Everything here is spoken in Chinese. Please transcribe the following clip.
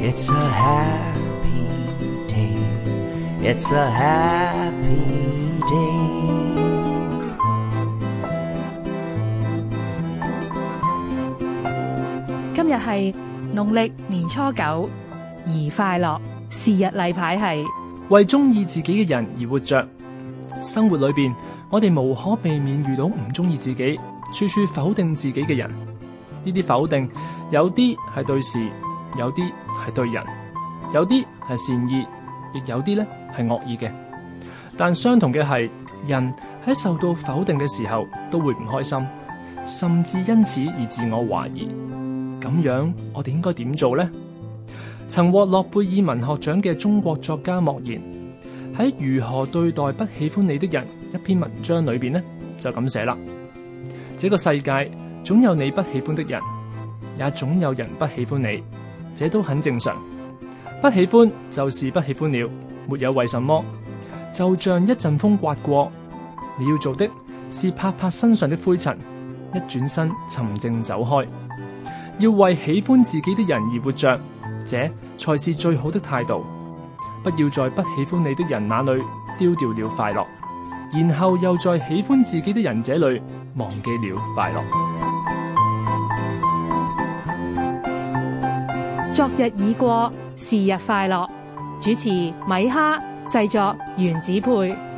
It's a happy day. It's a happy day. 今日係農曆年初9，宜快樂。是日例牌係為中意自己嘅人而活着。生活裏邊，我哋無可避免遇到唔中意自己、處處否定自己嘅人。呢啲否定，有啲係對事，有啲係對人，有啲係善意，亦有啲咧係惡意嘅。但相同嘅係，人喺受到否定嘅時候都會唔開心，甚至因此而自我懷疑。咁樣我哋應該點做呢？曾獲諾貝爾文學獎嘅中國作家莫言喺《如何對待不喜歡你的人》一篇文章裏邊呢，就咁寫啦：這個世界總有你不喜歡的人，也總有人不喜歡你，這都很正常。不喜歡就是不喜歡了，沒有為什麼。就像一陣風刮過，你要做的是拍拍身上的灰塵，一轉身沉靜走開。要為喜歡自己的人而活着，這才是最好的態度。不要在不喜歡你的人那裏丟掉了快樂，然後又在喜歡自己的人這裏忘記了快樂。 昨日已過，是日快樂。主持米哈，製作原子配。